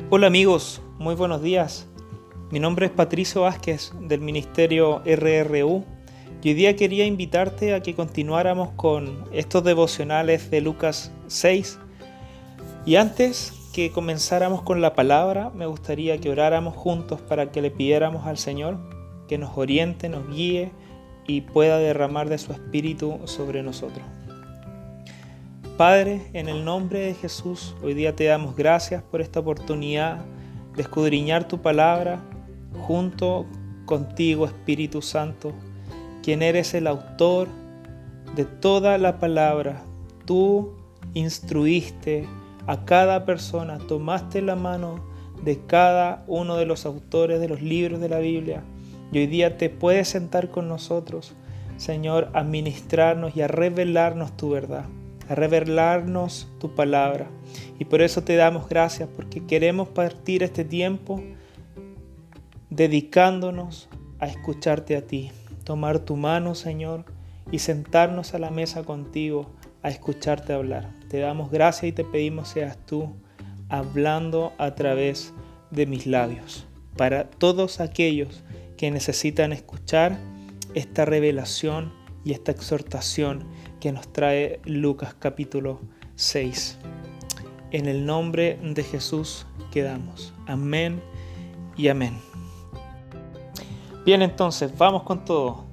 Hola amigos, muy buenos días. Mi nombre es Patricio Vázquez del Ministerio RRU y hoy día quería invitarte a que continuáramos con estos devocionales de Lucas 6. Y antes que comenzáramos con la palabra, me gustaría que oráramos juntos para que le pidiéramos al Señor que nos oriente, nos guíe y pueda derramar de su Espíritu sobre nosotros. Padre, en el nombre de Jesús, hoy día te damos gracias por esta oportunidad de escudriñar tu palabra junto contigo, Espíritu Santo, quien eres el autor de toda la palabra. Tú instruiste a cada persona, tomaste la mano de cada uno de los autores de los libros de la Biblia y hoy día te puedes sentar con nosotros, Señor, a ministrarnos y a revelarnos tu verdad, a revelarnos tu palabra. Y por eso te damos gracias, porque queremos partir este tiempo dedicándonos a escucharte a ti, tomar tu mano, Señor, y sentarnos a la mesa contigo a escucharte hablar. Te damos gracias y te pedimos seas tú hablando a través de mis labios, para todos aquellos que necesitan escuchar esta revelación y esta exhortación que nos trae Lucas capítulo 6. En el nombre de Jesús quedamos. Amén y amén. Bien, entonces, vamos con todo.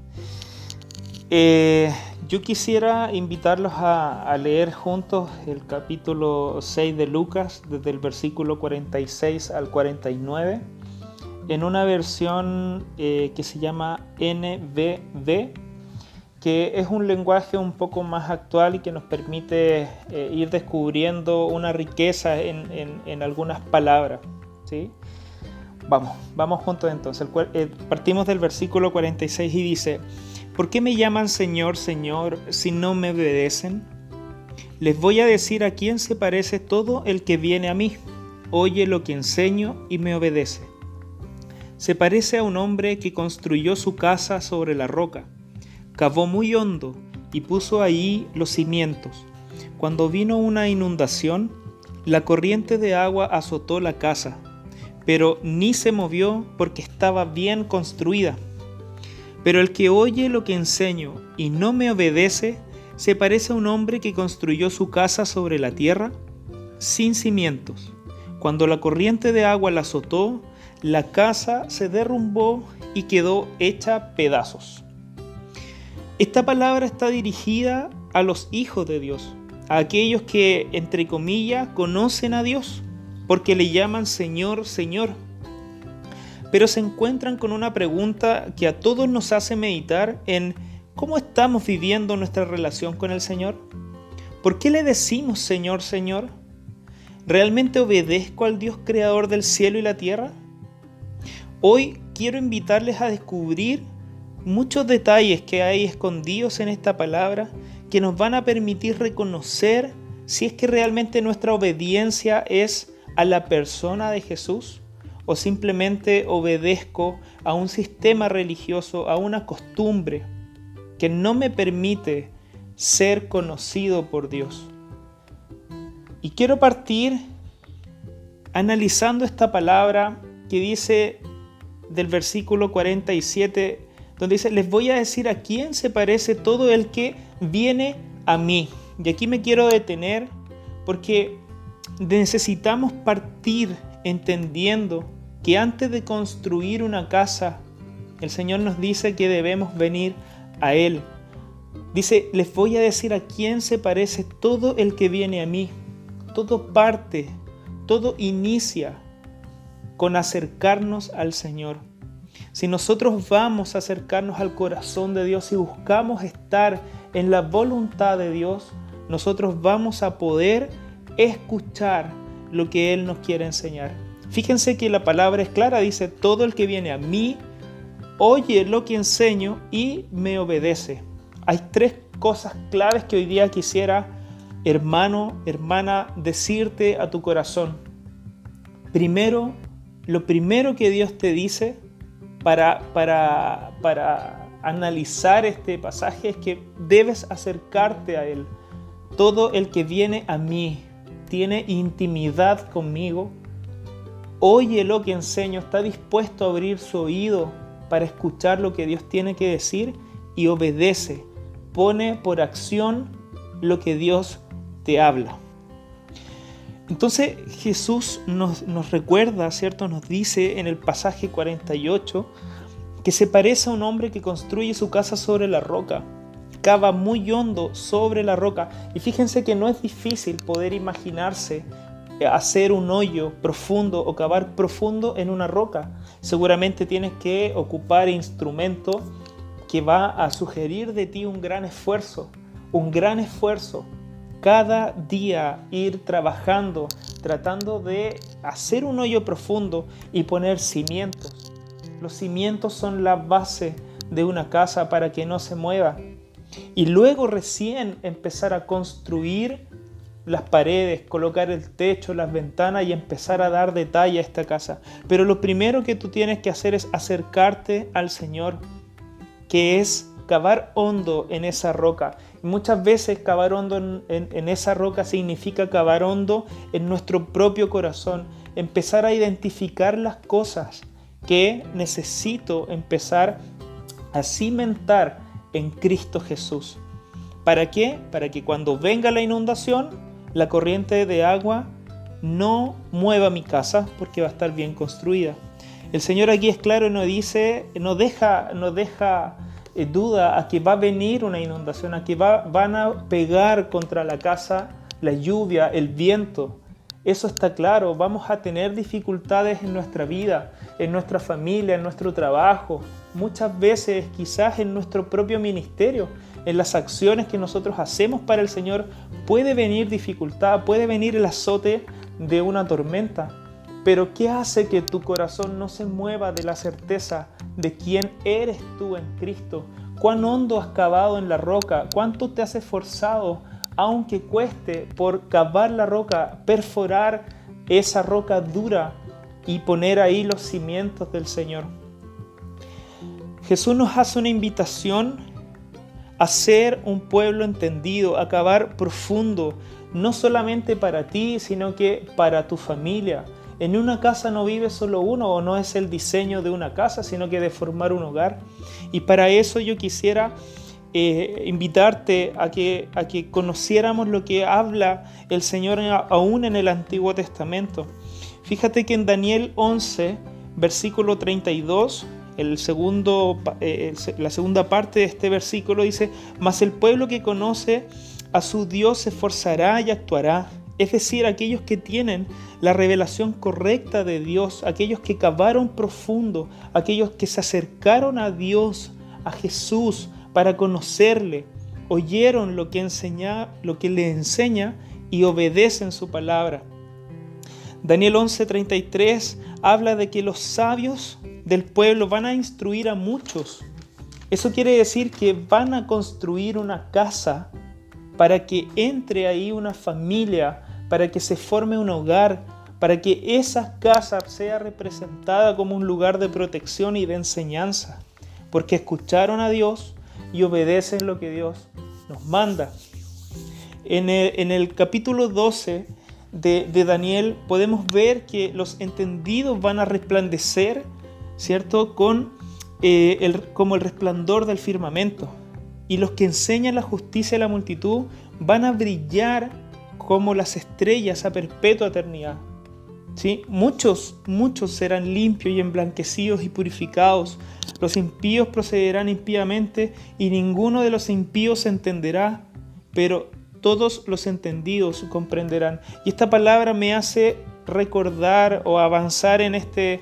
Yo quisiera invitarlos a leer juntos el capítulo 6 de Lucas, desde el versículo 46 al 49, en una versión que se llama NBV, que es un lenguaje un poco más actual y que nos permite ir descubriendo una riqueza en algunas palabras, ¿sí? Vamos juntos entonces. Partimos del versículo 46 y dice: ¿Por qué me llaman Señor, Señor, si no me obedecen? Les voy a decir a quién se parece todo el que viene a mí. Oye lo que enseño y me obedece. Se parece a un hombre que construyó su casa sobre la roca. Cavó muy hondo y puso allí los cimientos. Cuando vino una inundación, la corriente de agua azotó la casa, pero ni se movió porque estaba bien construida. Pero el que oye lo que enseño y no me obedece, se parece a un hombre que construyó su casa sobre la tierra sin cimientos. Cuando la corriente de agua la azotó, la casa se derrumbó y quedó hecha pedazos. Esta palabra está dirigida a los hijos de Dios, a aquellos que, entre comillas, conocen a Dios, porque le llaman Señor, Señor. Pero se encuentran con una pregunta que a todos nos hace meditar en cómo estamos viviendo nuestra relación con el Señor. ¿Por qué le decimos Señor, Señor? ¿Realmente obedezco al Dios creador del cielo y la tierra? Hoy quiero invitarles a descubrir muchos detalles que hay escondidos en esta palabra que nos van a permitir reconocer si es que realmente nuestra obediencia es a la persona de Jesús o simplemente obedezco a un sistema religioso, a una costumbre que no me permite ser conocido por Dios. Y quiero partir analizando esta palabra que dice del versículo 47, donde dice: les voy a decir a quién se parece todo el que viene a mí. Y aquí me quiero detener porque necesitamos partir entendiendo que antes de construir una casa, el Señor nos dice que debemos venir a Él. Dice: les voy a decir a quién se parece todo el que viene a mí. Todo parte, todo inicia con acercarnos al Señor. Si nosotros vamos a acercarnos al corazón de Dios y buscamos estar en la voluntad de Dios, nosotros vamos a poder escuchar lo que Él nos quiere enseñar. Fíjense que la palabra es clara, dice: todo el que viene a mí, oye lo que enseño y me obedece. Hay tres cosas claves que hoy día quisiera, hermano, hermana, decirte a tu corazón. Primero, lo primero que Dios te dice para analizar este pasaje es que debes acercarte a Él. Todo el que viene a mí tiene intimidad conmigo oye lo que enseño, está dispuesto a abrir su oído para escuchar lo que Dios tiene que decir y obedece, pone por acción lo que Dios te habla. Entonces Jesús nos recuerda, ¿cierto? Nos dice en el pasaje 48 que se parece a un hombre que construye su casa sobre la roca, cava muy hondo sobre la roca. Y fíjense que no es difícil poder imaginarse hacer un hoyo profundo o cavar profundo en una roca. Seguramente tienes que ocupar instrumento que va a sugerir de ti un gran esfuerzo. Cada día ir trabajando, tratando de hacer un hoyo profundo y poner cimientos. Los cimientos son la base de una casa para que no se mueva. Y luego recién empezar a construir las paredes, colocar el techo, las ventanas y empezar a dar detalle a esta casa. Pero lo primero que tú tienes que hacer es acercarte al Señor, que es cavar hondo en esa roca. Y muchas veces cavar hondo en esa roca significa cavar hondo en nuestro propio corazón, empezar a identificar las cosas que necesito empezar a cimentar en Cristo Jesús. ¿Para qué? Para que cuando venga la inundación, la corriente de agua no mueva mi casa, porque va a estar bien construida. El Señor aquí es claro y no deja duda a que va a venir una inundación, a que van a pegar contra la casa la lluvia, el viento. Eso está claro. Vamos a tener dificultades en nuestra vida, en nuestra familia, en nuestro trabajo, muchas veces quizás en nuestro propio ministerio, en las acciones que nosotros hacemos para el Señor. Puede venir dificultad, puede venir el azote de una tormenta. Pero ¿qué hace que tu corazón no se mueva de la certeza de quién eres tú en Cristo? ¿Cuán hondo has cavado en la roca? ¿Cuánto te has esforzado, aunque cueste, por cavar la roca, perforar esa roca dura y poner ahí los cimientos del Señor? Jesús nos hace una invitación a ser un pueblo entendido, a cavar profundo, no solamente para ti, sino que para tu familia. En una casa no vive solo uno, o no es el diseño de una casa, sino que de formar un hogar. Y para eso yo quisiera invitarte a que conociéramos lo que habla el Señor aún en el Antiguo Testamento. Fíjate que en Daniel 11, versículo 32, la segunda parte de este versículo dice: mas el pueblo que conoce a su Dios se esforzará y actuará. Es decir, aquellos que tienen la revelación correcta de Dios, aquellos que cavaron profundo, aquellos que se acercaron a Dios, a Jesús, para conocerle, oyeron lo que le enseña y obedecen su palabra. Daniel 11:33 habla de que los sabios del pueblo van a instruir a muchos. Eso quiere decir que van a construir una casa para que entre ahí una familia, para que se forme un hogar, para que esa casa sea representada como un lugar de protección y de enseñanza, porque escucharon a Dios y obedecen lo que Dios nos manda. En el capítulo 12 de Daniel podemos ver que los entendidos van a resplandecer, ¿cierto?, como el resplandor del firmamento. Y los que enseñan la justicia a la multitud van a brillar como las estrellas a perpetua eternidad. ¿Sí? Muchos serán limpios y emblanquecidos y purificados. Los impíos procederán impíamente y ninguno de los impíos entenderá, pero todos los entendidos comprenderán. Y esta palabra me hace recordar o avanzar en este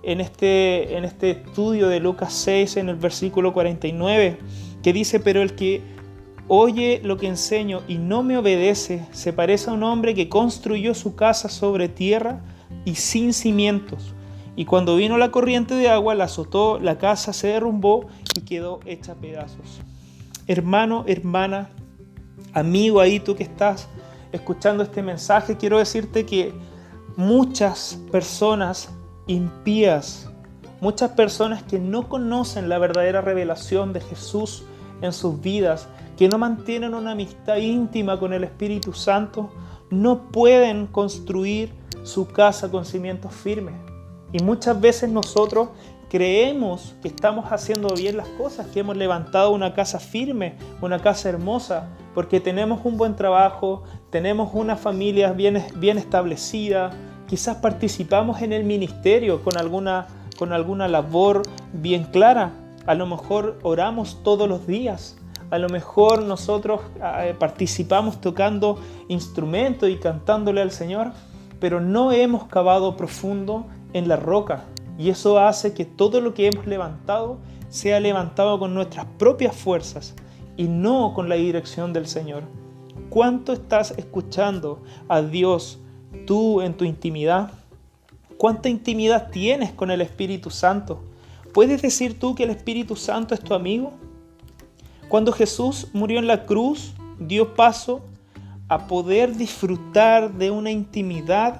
estudio de Lucas 6 en el versículo 49, que dice: pero el que oye lo que enseño y no me obedece se parece a un hombre que construyó su casa sobre tierra y sin cimientos, y cuando vino la corriente de agua la azotó, la casa se derrumbó y quedó hecha a pedazos. Hermano, hermana, amigo, ahí tú que estás escuchando este mensaje, quiero decirte que muchas personas impías, muchas personas que no conocen la verdadera revelación de Jesús en sus vidas, que no mantienen una amistad íntima con el Espíritu Santo, no pueden construir su casa con cimientos firmes. Y muchas veces nosotros creemos que estamos haciendo bien las cosas, que hemos levantado una casa firme, una casa hermosa, porque tenemos un buen trabajo, tenemos una familia bien establecida, quizás participamos en el ministerio con alguna labor bien clara, a lo mejor oramos todos los días, a lo mejor nosotros participamos tocando instrumentos y cantándole al Señor, pero no hemos cavado profundo en la roca. Y eso hace que todo lo que hemos levantado sea levantado con nuestras propias fuerzas y no con la dirección del Señor. ¿Cuánto estás escuchando a Dios tú en tu intimidad? ¿Cuánta intimidad tienes con el Espíritu Santo? ¿Puedes decir tú que el Espíritu Santo es tu amigo? Cuando Jesús murió en la cruz, dio paso a poder disfrutar de una intimidad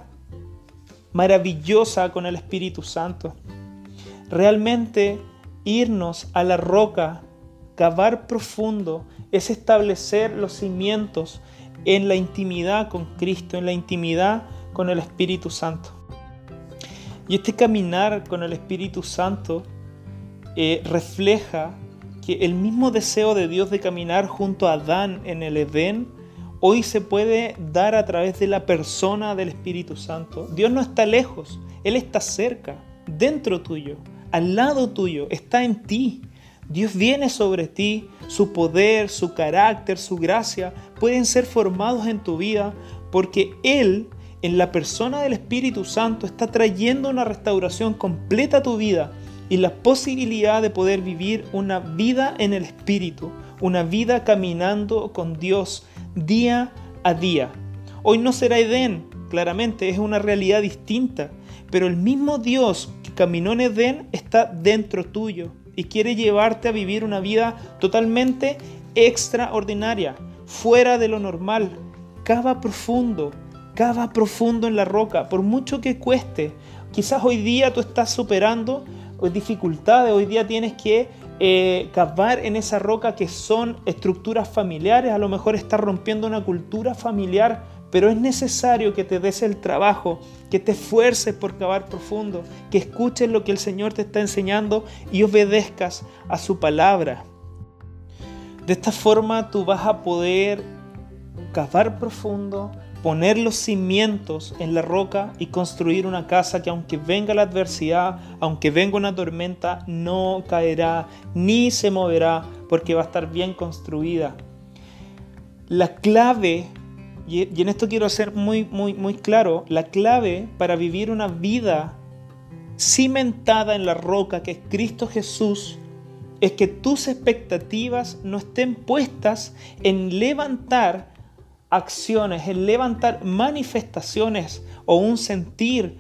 maravillosa con el Espíritu Santo. Realmente irnos a la roca, cavar profundo, es establecer los cimientos en la intimidad con Cristo, en la intimidad con el Espíritu Santo. Y este caminar con el Espíritu Santo refleja que el mismo deseo de Dios de caminar junto a Adán en el Edén hoy se puede dar a través de la persona del Espíritu Santo. Dios no está lejos, Él está cerca, dentro tuyo, al lado tuyo, está en ti. Dios viene sobre ti, su poder, su carácter, su gracia pueden ser formados en tu vida porque Él, en la persona del Espíritu Santo, está trayendo una restauración completa a tu vida y la posibilidad de poder vivir una vida en el Espíritu, una vida caminando con Dios día a día. Hoy no será Edén, claramente es una realidad distinta, pero el mismo Dios que caminó en Edén está dentro tuyo y quiere llevarte a vivir una vida totalmente extraordinaria, fuera de lo normal. Cava profundo en la roca, por mucho que cueste. Quizás hoy día tú estás superando dificultades, hoy día tienes que cavar en esa roca que son estructuras familiares, a lo mejor estás rompiendo una cultura familiar, pero es necesario que te des el trabajo, que te esfuerces por cavar profundo, que escuches lo que el Señor te está enseñando y obedezcas a su palabra. De esta forma tú vas a poder cavar profundo, poner los cimientos en la roca y construir una casa que aunque venga la adversidad, aunque venga una tormenta, no caerá ni se moverá porque va a estar bien construida. La clave, y en esto quiero ser muy claro, la clave para vivir una vida cimentada en la roca que es Cristo Jesús es que tus expectativas no estén puestas en levantar acciones, en levantar manifestaciones o un sentir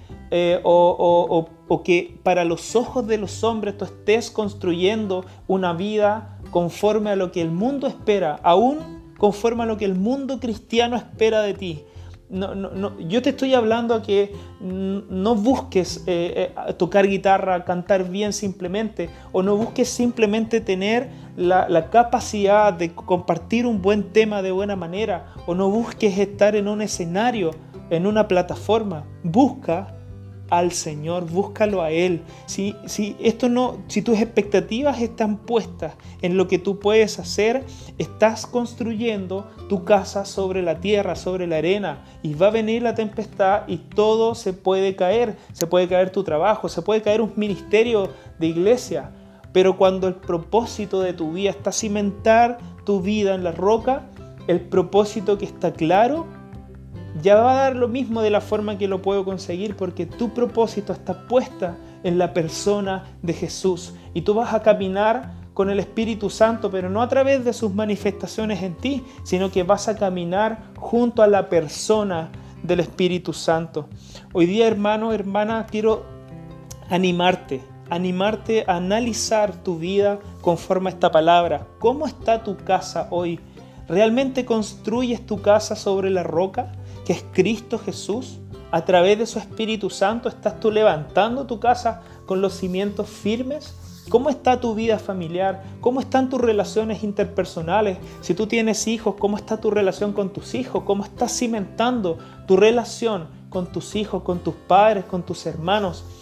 o que para los ojos de los hombres tú estés construyendo una vida conforme a lo que el mundo espera, aún conforme a lo que el mundo cristiano espera de ti. No, yo te estoy hablando a que no busques tocar guitarra, cantar bien simplemente, o no busques simplemente tener la capacidad de compartir un buen tema de buena manera, o no busques estar en un escenario, en una plataforma. Busca al Señor, búscalo a Él. Si tus expectativas están puestas en lo que tú puedes hacer, estás construyendo tu casa sobre la tierra, sobre la arena, y va a venir la tempestad y todo se puede caer tu trabajo, se puede caer un ministerio de iglesia, pero cuando el propósito de tu vida está cimentar tu vida en la roca, el propósito que está claro, ya va a dar lo mismo de la forma que lo puedo conseguir porque tu propósito está puesta en la persona de Jesús y tú vas a caminar con el Espíritu Santo, pero no a través de sus manifestaciones en ti, sino que vas a caminar junto a la persona del Espíritu Santo. Hoy día, hermano, hermana, quiero animarte a analizar tu vida conforme a esta palabra. ¿Cómo está tu casa hoy? ¿Realmente construyes tu casa sobre la roca, que es Cristo Jesús? A través de su Espíritu Santo, ¿estás tú levantando tu casa con los cimientos firmes? ¿Cómo está tu vida familiar? ¿Cómo están tus relaciones interpersonales? Si tú tienes hijos, ¿cómo está tu relación con tus hijos? ¿Cómo estás cimentando tu relación con tus hijos, con tus padres, con tus hermanos?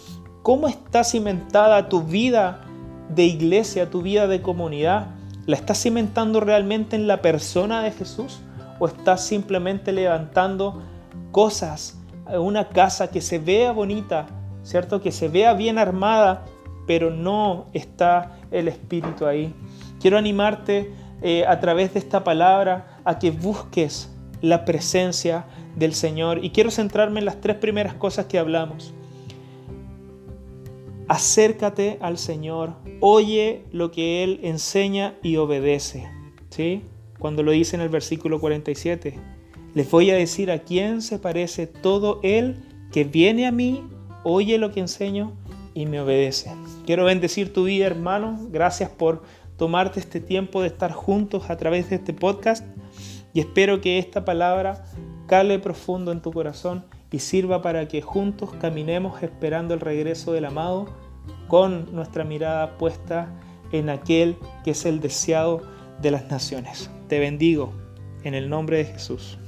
¿Cómo está cimentada tu vida de iglesia, tu vida de comunidad? ¿La estás cimentando realmente en la persona de Jesús? ¿O estás simplemente levantando cosas, una casa que se vea bonita, ¿cierto? Que se vea bien armada, pero no está el Espíritu ahí? Quiero animarte a través de esta palabra a que busques la presencia del Señor. Y quiero centrarme en las 3 primeras cosas que hablamos. Acércate al Señor, oye lo que Él enseña y obedece. ¿Sí? Cuando lo dice en el versículo 47, les voy a decir a quién se parece todo el que viene a mí, oye lo que enseño y me obedece. Quiero bendecir tu vida, hermano. Gracias por tomarte este tiempo de estar juntos a través de este podcast y espero que esta palabra cale profundo en tu corazón y sirva para que juntos caminemos esperando el regreso del amado con nuestra mirada puesta en aquel que es el deseado de las naciones. Te bendigo en el nombre de Jesús.